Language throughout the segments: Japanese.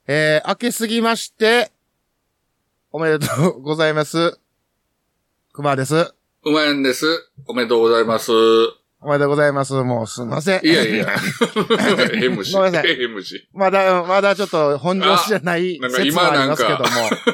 明けすぎまして、おめでとうございます。熊です。 うまやんです。おめでとうございます。 おめでとうございます。もうすいません。 いやいや。変虫。 ごめんなさい。 変虫。 まだちょっと本調子じゃない説はありますけども。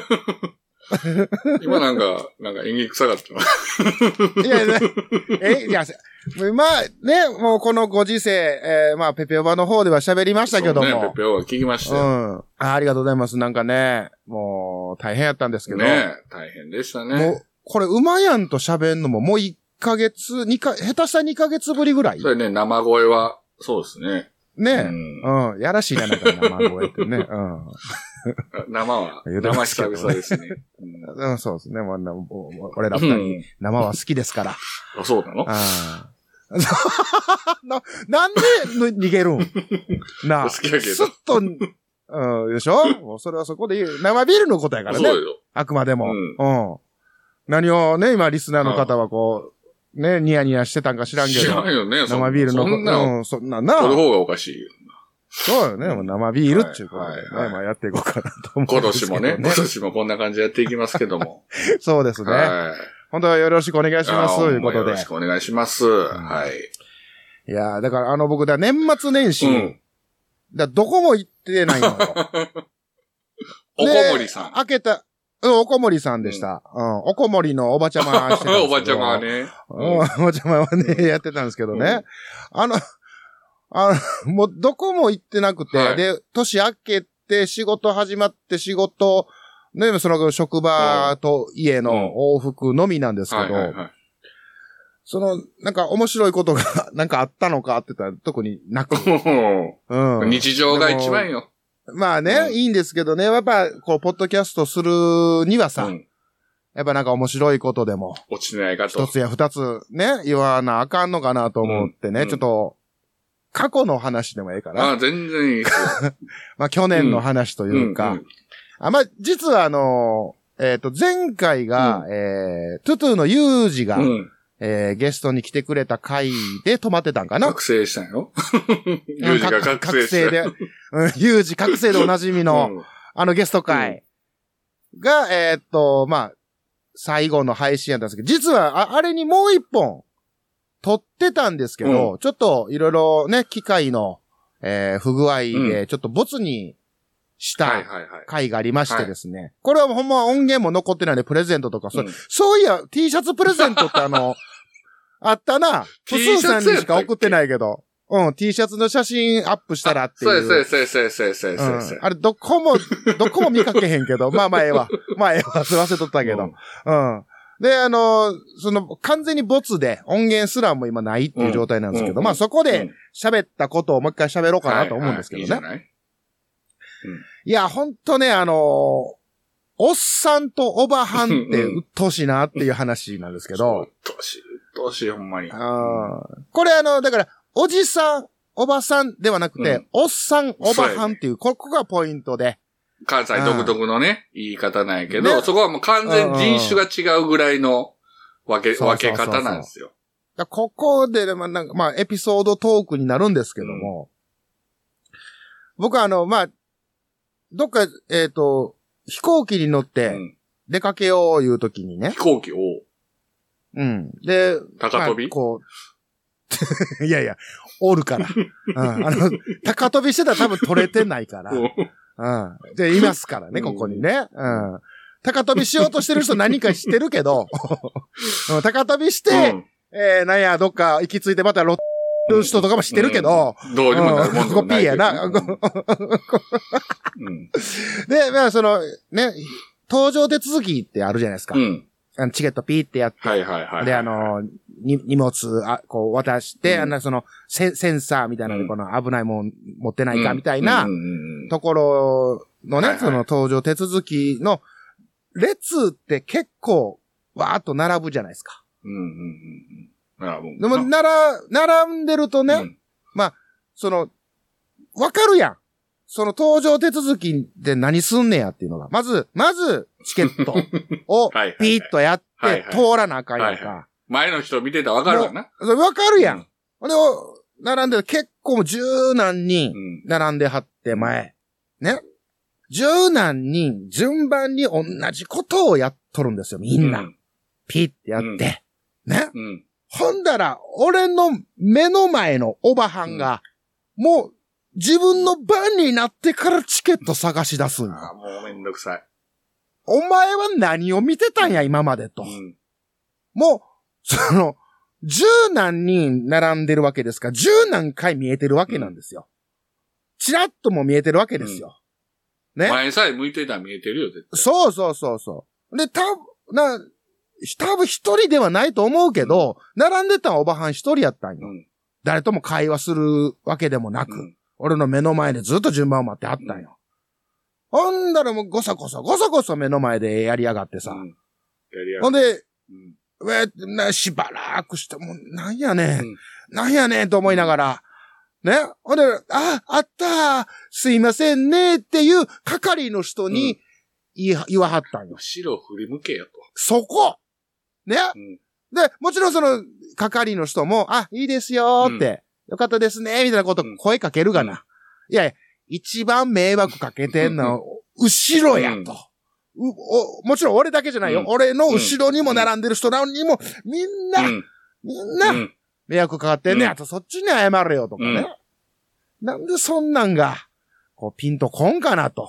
今なんか演技臭かったな。 いや、まあね、もうこのご時世、まあペペオバの方では喋りましたけども。 そうね、ペペオバ聞きましたよ。 ありがとうございます。なんかね、もう大変やったんですけど。 ね、大変でしたね。 もう、これ馬やんと喋んのももう1ヶ月、下手したら2ヶ月ぶりぐらい。 それね、生声は、そうですね。 ねえ。やらしいな、なんか生声ってね。 生久々ですね。 そうですね。もう俺ら二人、生は好きですから。 あ、そうなのなんで逃げるんなあ。 好きやけど。 すっと、でしょもうそれはそこで言う。生ビールのことやからね。 そうよ。 あくまでも。何をね、今リスナーの方はこう、ね、ニヤニヤしてたんか知らんけど。 知らんよね、 生ビールのこと。そんなな。 その方がおかしいよ。 そうよね。もう生ビールっていうことでね。まあやっていこうかなと思うんですけど、ね。 今年もこんな感じでやっていきますけども。 そうですね。本当はよろしくお願いします。ということで。 よろしくお願いします。はい。 いやだから僕年末年始、どこも行ってないのよ。 おこもりさん。 開けた、おこもりさんでした。おこもりのおばちゃましてたんですけど。 おばちゃまはね。 おばちゃまはね、やってたんですけどね。もうどこも行ってなくて、で、年明けて仕事始まって仕事、ね、その職場と家の往復のみなんですけど、なんか面白いことがなんかあったのかって言ったら特になく。 日常が一番よ。 まあね、いいんですけどね、やっぱ、こう、ポッドキャストするにはさ、やっぱなんか面白いことでも、 落ちてないかと。 一つや二つね、言わなあかんのかなと思ってね、ちょっと、過去の話でもいいから。 全然いいですよ。 まあ去年の話というか、まあ実は前回が、トゥトゥのユージが、ゲストに来てくれた回で泊まってたんかな。 覚醒したんよ。ユージが覚醒で。 ユージ覚醒でおなじみの、ゲスト会が、まあ、最後の配信やったんですけど、実はあれにもう一本撮ってたんですけど、ちょっといろいろね、機械の、不具合で、ちょっとボツにした回がありましてですね。これはほんま音源も残ってないんで、プレゼントとか、そういや、T シャツプレゼントってあったな。プスーさんにしか送ってないけど。T シャツの写真アップしたらっていう。 そう。 あれ、どこも見かけへんけど、まあええわ。忘れとったけど。で、完全にボツで音源すらも今ないっていう状態なんですけど、まあそこで喋ったことをもう一回喋ろうかなと思うんですけどね。いや、ほんとね、おっさんとおばはんって鬱陶しいなっていう話なんですけど。 鬱陶しい、ほんまに。 これだから、おじさん、おばさんではなくて、おっさん、おばはんっていう、ここがポイントで。 関西独特のね、言い方なんやけど、そこはもう完全人種が違うぐらいの分け方なんですよ。 ここで、まあ、エピソードトークになるんですけども、僕はまあ、どっか、飛行機に乗って出かけよういうときにね。 飛行機をで、 高跳び、 いやいや、おるから。高跳びしてたら多分取れてないから。で、いますからね、ここにね。高跳びしようとしてる人何か知ってるけど、高跳びして、なんや、どっか行き着いてまたロッる人とかも知ってるけど、 どうにもなるもんでもない。 コピーやな。で、まあね、搭乗手続きってあるじゃないですか。チケットピーってやって。で、荷物、こう渡して、センサーみたいなので、この危ないもん持ってないかみたいなところのね、その搭乗手続きの列って結構わーっと並ぶじゃないですか。でも、並んでるとね、まあ、わかるやん。その搭乗手続きで何すんねやっていうのが。まず、チケットをピーッとやって通らなあかんやんか。 前の人見てたらわかるわな。 わかるやん。これを並んでる結構十何人並んではって前。ね。 十何人、順番に同じことをやっとるんですよ、みんな。ピッてやって。ね。ほんだら、俺の目の前のおばはんが、もう、自分の番になってからチケット探し出すんよ。 もうめんどくさい。 お前は何を見てたんや、今までと。もう、十何人並んでるわけですから、十何回見えてるわけなんですよ。チラッとも見えてるわけですよ。ね。 前さえ向いてたら見えてるよ、絶対。 そう。で、多分一人ではないと思うけど、並んでたおばはん一人やったんよ。誰とも会話するわけでもなく、俺の目の前でずっと順番を待ってあったんよ。ほんだらもうごそごそ目の前でやりやがってさ。ほんで、しばらくしても、なんやねんと思いながら、ね。ほんで、あったすいませんねっていう係の人に言わはったんよ。 後ろ振り向けよと。 そこね。で、もちろん係の人も、いいですよって、よかったですね、みたいなこと声かけるがな。いや、一番迷惑かけてんの、後ろやと。もちろん俺だけじゃないよ。俺の後ろにも並んでる人らにも、みんな、迷惑かかってんねやと、そっちに謝れよとかね。なんでそんなんが、ピンとこんかなと。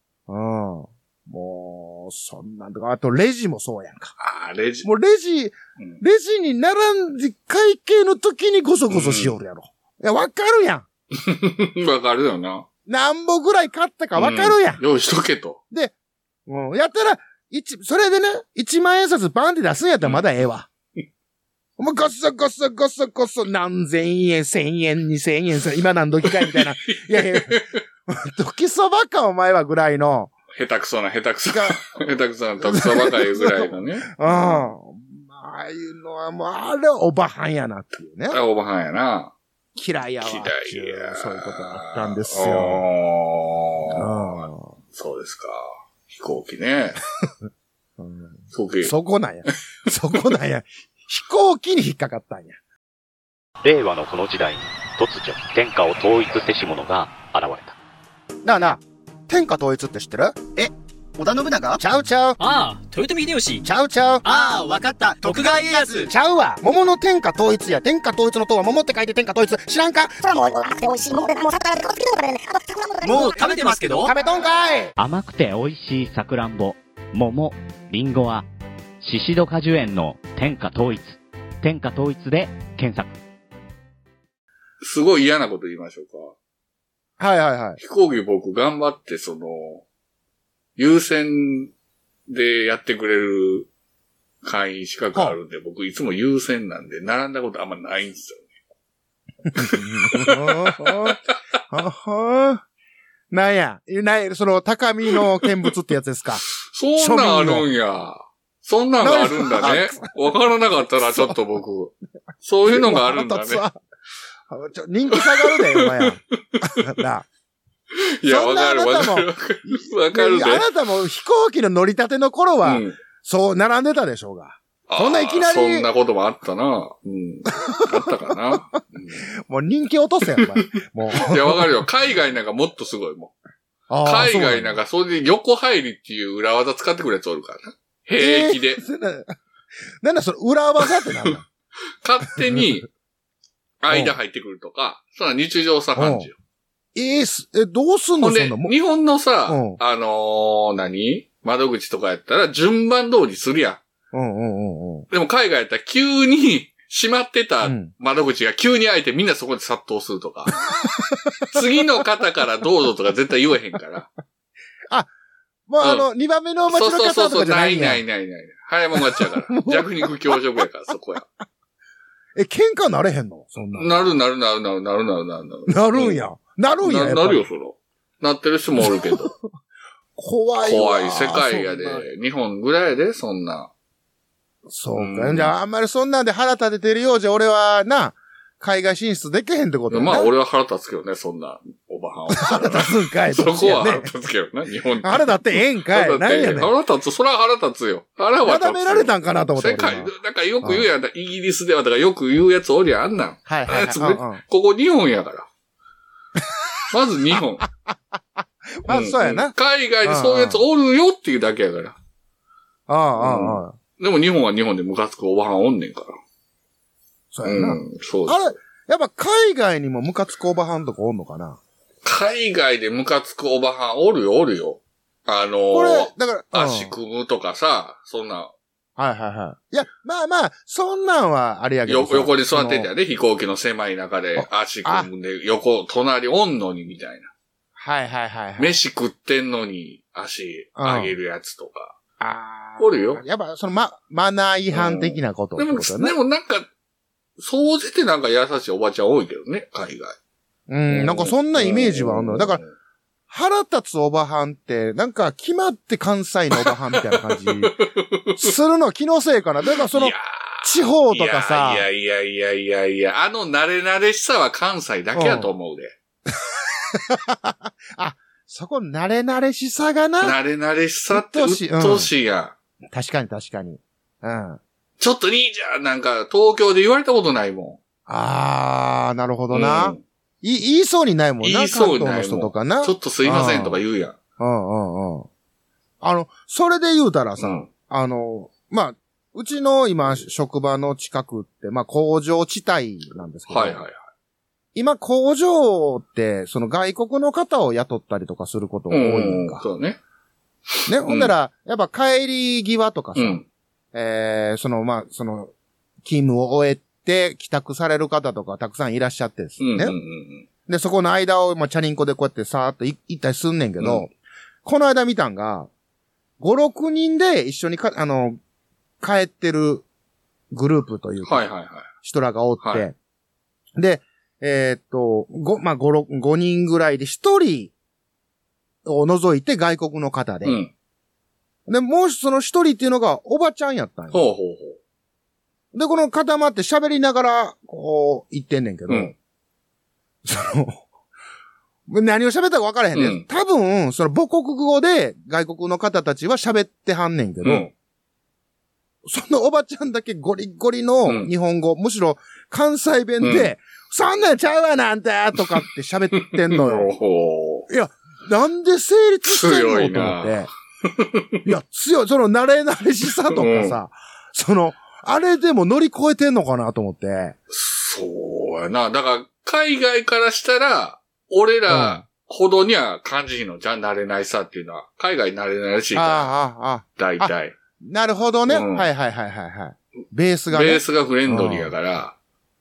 もう、そんなんとか、あとレジもそうやんか。 レジ。 もうレジに並んで会計の時にごそごそしよるやろ。いや、わかるやん。わかるよな。 何本ぐらい買ったかわかるやん。 用意しとけと。 で、やったら、それでね、1万円札バンって出すんやったらまだええわ。もうごそ、何千円、1000円、2000円、今何時かいみたいな。いや、時そばかお前はぐらいの。 下手くそな時そばかいうぐらいのね。 ああいうのはもう、あれおばはんやなっていうね。 おばはんやな。 嫌いやわ。そういうことがあったんですよ。 そうですか。飛行機ね。 そこなんや。飛行機に引っかかったんや。 令和のこの時代に突如天下を統一せし者が現れた。 なあ、天下統一って知ってる？ 織田信長？ ちゃう。 豊臣秀吉？ ちゃう。 わかった。徳川家康？ ちゃうわ。桃の天下統一や。天下統一の塔は桃って書いて天下統一。知らんか？それはもう甘くて美味しい桃で、もう食べてますけど？ 食べとんかい！ 甘くて美味しいさくらんぼ、桃、りんごは、シシド果樹園の天下統一。天下統一で検索。 すごい嫌なこと言いましょうか。 はい。 飛行機僕頑張って優先でやってくれる会員資格あるんで、僕いつも優先なんで、並んだことあんまないんですよね。 なんや、高みの見物ってやつですか。 そんなんあるんや。そんなんがあるんだね。わからなかったらちょっと僕。そういうのがあるんだね。 人気下がるで、お前や。 いや、わかる。 あなたも飛行機の乗り立ての頃は、そう並んでたでしょうが。そんないきなり。 そんなこともあったな。あったかな。 もう人気落とせよ、お前。もう。 いや、わかるよ。海外なんかもっとすごいもん。海外なんかそれで横入りっていう裏技使ってくるやつおるからな。平気で。 なんだそれ裏技ってなんだ勝手に間入ってくるとか、そんな日常茶飯事よ。 どうすんの？ ほんで、日本のさ、窓口とかやったら順番通りするやん。でも海外やったら急に閉まってた窓口が急に開いてみんなそこで殺到するとか。次の方からどうぞとか絶対言えへんから。 もう2番目の待ちの方とかじゃないんや。 ない。早いもん勝ちやから。弱肉強食やから、そこや。 喧嘩なれへんの？そんな。 なる。 なるんや。なるよ、なってる人もおるけど。 怖い世界やで。日本ぐらいで、そんな。 そうか。じゃあ、あんまりそんなんで腹立ててるようじゃ、俺は海外進出できへんってことまあ、俺は腹立つけどね、そんな、おばはんは。 腹立つんかい、 そこは腹立つけどね、日本腹立ってええんかい。何やねん。 腹立つ、そら腹立つよ。腹は立つ。 なだめられたんかなと思って。 世界、なんかよく言うやん。イギリスでは、だからよく言うやつおりゃあんなん。 はい。 ここ日本やから。まず日本。 まあ、そうやな。 海外でそういうやつおるよっていうだけやから。でも日本は日本でムカつくおばはんおんねんから。 そうやな。そうです。あれ、やっぱ海外にもムカつくおばはんとかおんのかな？ 海外でムカつくおばはんおるよ。これ、だから、足組むとかさ、そんな。 いや、まあ、そんなんはあれやけど。 横に座ってたよね、飛行機の狭い中で足組んで、隣おんのにみたいな。飯食ってんのに足上げるやつとか。おるよ。 やっぱ、マナー違反的なことってことね。 でもなんか、総じてなんか優しいおばちゃん多いけどね、海外。 なんかそんなイメージはあるの。だから、腹立つおばはんって、なんか決まって関西のおばはんみたいな感じするの気のせいかな。だからその、地方とかさ。 いや、慣れ慣れしさは関西だけやと思うで。 そこ慣れ慣れしさがな。 慣れ慣れしさってうっとしいや。 確かに。 ちょっといいじゃん。なんか、東京で言われたことないもん。 なるほどな。言いそうにないもんな。言いそうにないもん。関東の人とかな。 ちょっとすいませんとか言うやん。 それで言うたらさ、まあ、うちの今、職場の近くって、まあ、工場地帯なんですけど。今、工場って、その外国の方を雇ったりとかすることが多いんか。 そうね。 ね、ほんだら、やっぱ帰り際とかさ、勤務を終えて帰宅される方とかたくさんいらっしゃってですね。で、そこの間を、チャリンコでこうやってさーっと行ったりすんねんけど、この間見たんが、5、6人で一緒に帰ってるグループというか、人らがおって、で、5人ぐらいで1人を除いて外国の方で、で、もうその1人っていうのがおばちゃんやったんよ。で、この固まって喋りながら、こう、言ってんねんけど、何を喋ったか分からへんね、多分、その母国語で外国の方たちは喋ってはんねんけど、そのおばちゃんだけゴリゴリの日本語、むしろ関西弁で、そんなんちゃうわなんてとかって喋ってんのよ。いや、なんで成立してんのと思って。いや、強い。その慣れ慣れしさとかさ、あれでも乗り越えてんのかなと思って。 そうやな。だから、海外からしたら、俺らほどには感じひんのじゃん、慣れないさっていうのは。海外慣れないらしいから。大体。 なるほどね。はい。ベースがね。 ベースがフレンドリーやから。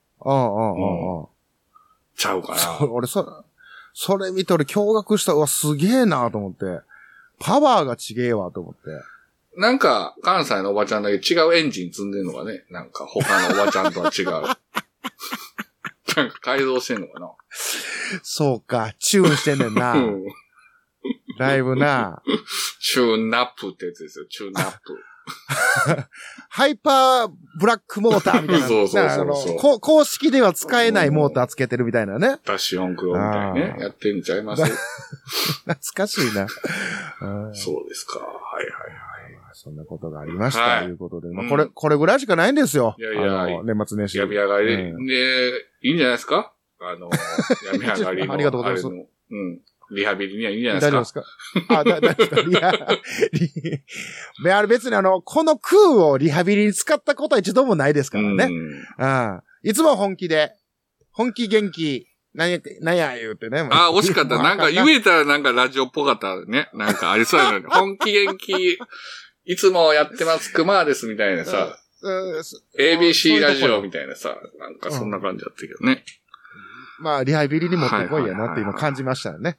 ちゃうかな。 俺、それ見とる驚愕した。うわ、すげえなと思って。パワーがちげえわと思って。 なんか、関西のおばちゃんだけ違うエンジン積んでんのかね。なんか、他のおばちゃんとは違う。なんか改造してんのかな。 そうか、チューンしてんねんな。だいぶな。 チューンナップってやつですよ、チューンナップ。 ハイパーブラックモーターみたいな。そう。公式では使えないモーターつけてるみたいなね。 ダッシュ4クロみたいにね。やってんちゃいます懐かしいな。 そうですか。 そんなことがありました。ということで。これぐらいしかないんですよ。 いや、 年末年始。 病み上がりで、いいんじゃないですか？病み上がりの。 ありがとうございます。 リハビリにはいいんじゃないですか。 大丈夫ですか？大丈夫ですか？あれ別にこの空をリハビリに使ったことは一度もないですからね。いつも本気元気、なんや言うてね。 惜しかった。なんか言えたらなんかラジオっぽかったね。なんかありそうやのに。本気元気、いつもやってます、熊ですみたいなさ。ABC ラジオみたいなさ。なんかそんな感じだったけどね。 まあ、リハビリに持ってこいやなって今感じましたよね。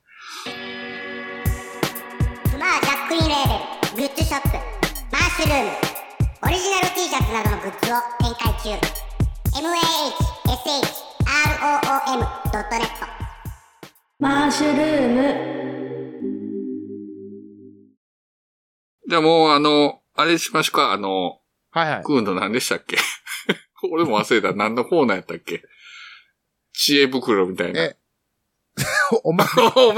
クマージャックインレーベルグッズショップマッシュルームオリジナル T シャツなどのグッズを展開中。 mahshroom.net マッシュルーム。 じゃあもうあれしましょうか。 はい。 クーンの何でしたっけ俺も忘れた。何のコーナーやったっけ。知恵袋みたいな。 お豆。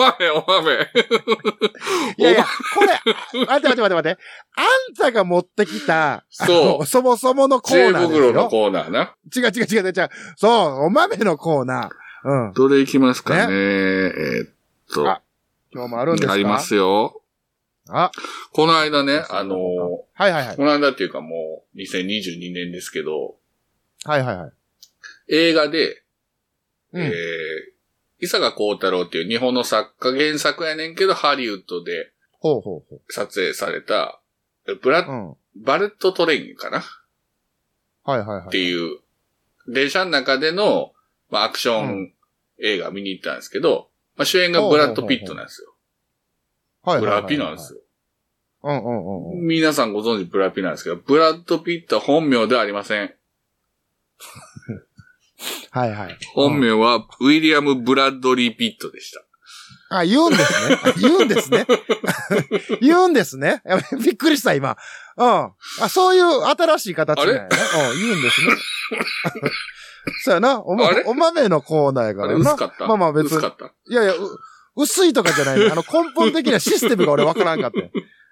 いや、これ、待って。あんたが持ってきた、そもそものコーナーですよ。知恵袋のコーナーな。 違う。そう、お豆のコーナー。 どれいきますかね。 今日もあるんですか？ ありますよ。 あ、 この間ね、 はいはいはい。 この間っていうかもう2022年ですけど、 はいはいはい。 映画で、 うん、 伊坂幸太郎っていう日本の作家原作やねんけど、ハリウッドで撮影された、バルトトレインかな？ はいはいはい。 っていう、電車の中での、まあ、アクション映画見に行ったんですけど、まあ、主演がブラッド・ピットなんですよ。ブラピなんですよ。皆さんご存知ブラピなんですけど、ブラッド・ピットは本名ではありません。 はいはい。 本名はウィリアム・ブラッドリー・ピットでした。 あ、言うんですね。言うんですね。言うんですね。びっくりした、今。うん。あ、そういう新しい形なんやね。言うんですね。そうやな。お豆のコーナーやからな。 薄かった？ まあまあ別に。 薄かった？ いやいや、薄いとかじゃないね。根本的なシステムが俺わからんかった。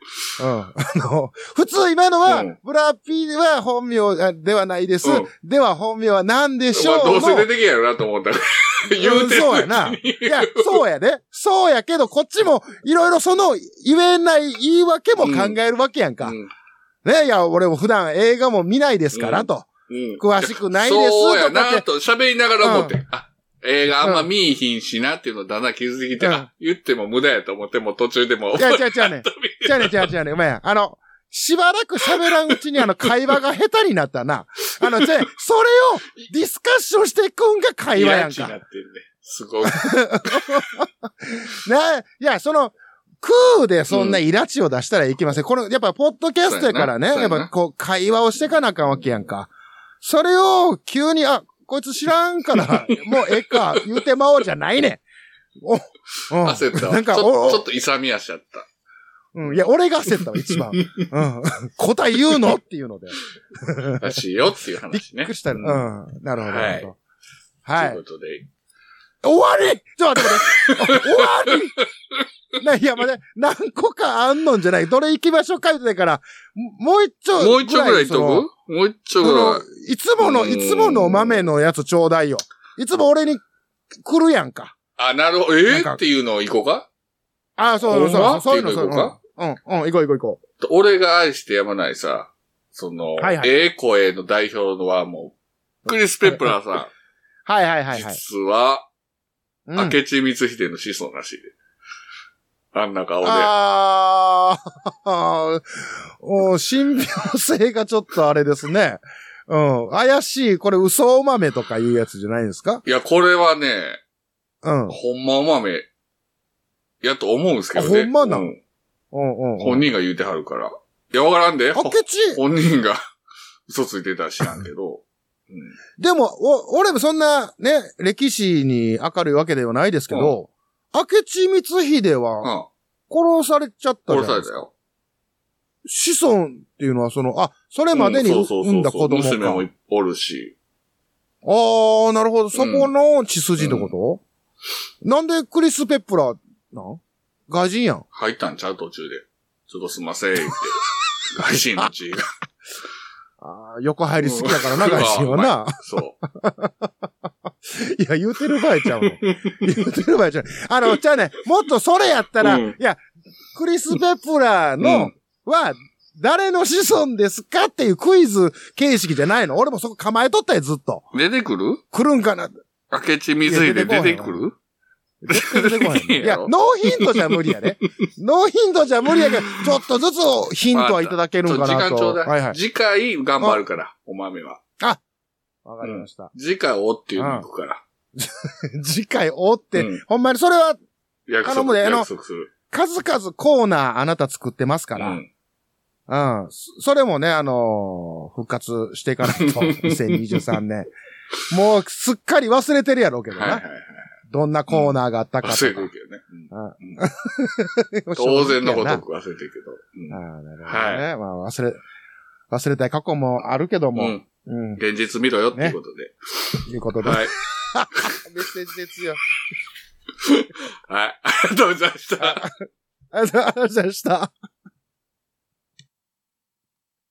普通今のは、ブラピーは本名ではないです。では本名は何でしょう？ どうせ出てきやろなと思ったら。言うてる。 そうやな。いや、そうやで。そうやけど、こっちも、いろいろその、言えない言い訳も考えるわけやんか。ね、いや、俺も普段映画も見ないですから、と。詳しくないです。 そうやな、と喋りながら思って。映画あんま見いひんしなっていうのをだんだん気づいてきて、言っても無駄やと思っても途中でも。 違うね。お前、しばらく喋らんうちに会話が下手になったな。それをディスカッションしていくんが会話やんか。 になってるね。すごい。 いや、クーでそんなイラチを出したらいけません。この、やっぱ、ポッドキャストやからね、やっぱ会話をしてかなあかんわけやんか。それを急に、こいつ知らんから、もうか、言うてまおうじゃないね。 焦ったわ。なんかちょっと勇み足やった。 いや、俺が焦ったわ、一番。答え言うのっていうので。 らしいよっていう話ね。 びっくりした。なるほど。 はい。ということで。 終わり！ちょっと待って終わり！いや、まだ、何個かあんのんじゃない。どれ行きましょうか言ってから、もう一丁ぐらい言っとく？もう一丁ぐらい。いつもの豆のやつちょうだいよ。いつも俺に来るやんか。 なるほど。っていうのを行こうか？ そういうの行こうか？ 行こう。 俺が愛してやまないさ、声の代表のはもう、クリス・ペプラーさん。 はい。 実は、明智光秀の子孫らしいで。あんな顔で。信憑性がちょっとあれですね。怪しい。これ嘘お豆とかいうやつじゃないですか？ いや、これはね、ほんまお豆やと思うんですけどね。 ほんまなの？ 本人が言うてはるから。いや、わからんで。 明智本人が嘘ついてたら知らんけど。 でも、俺もそんなね、歴史に明るいわけではないですけど、明智光秀は、殺されちゃったじゃないですか。殺されたよ。子孫っていうのはそれまでに産んだ子供か。 娘もおるし。 なるほど。そこの血筋ってこと？なんでクリス・ペプラーなん外人やん。 入ったんちゃう途中で。ちょっとすんません、って。外人の血が。 横入り好きだからな、外人はな。 そう。 いや、言うてる場合ちゃうの。じゃあね、もっとそれやったら、いや、クリス・ペプラーの、は、誰の子孫ですかっていうクイズ形式じゃないの？俺もそこ構えとったよ、ずっと。 出てくる？ 来るんかな？ 明智光秀出てくる？ 出てこへん。いや、ノーヒントじゃ無理やね。ノーヒントじゃ無理やけど、ちょっとずつヒントはいただけるんかなと。 時間ちょうだい。次回頑張るから、お豆は。 わかりました。 次回おっていうの行くから。 次回おって、ほんまにそれは、頼むで、 約束する。 数々コーナーあなた作ってますから。それもね、復活していかないと、2023年。もうすっかり忘れてるやろうけどな。どんなコーナーがあったかとか。 忘れてるけどね。当然のごとく忘れてるけど。 なるほどね。まあ忘れたい過去もあるけども。 現実見ろよっていうことで。 いうことで。 はい。 メッセージですよ。 はい。ありがとうございました。 ありがとうございました。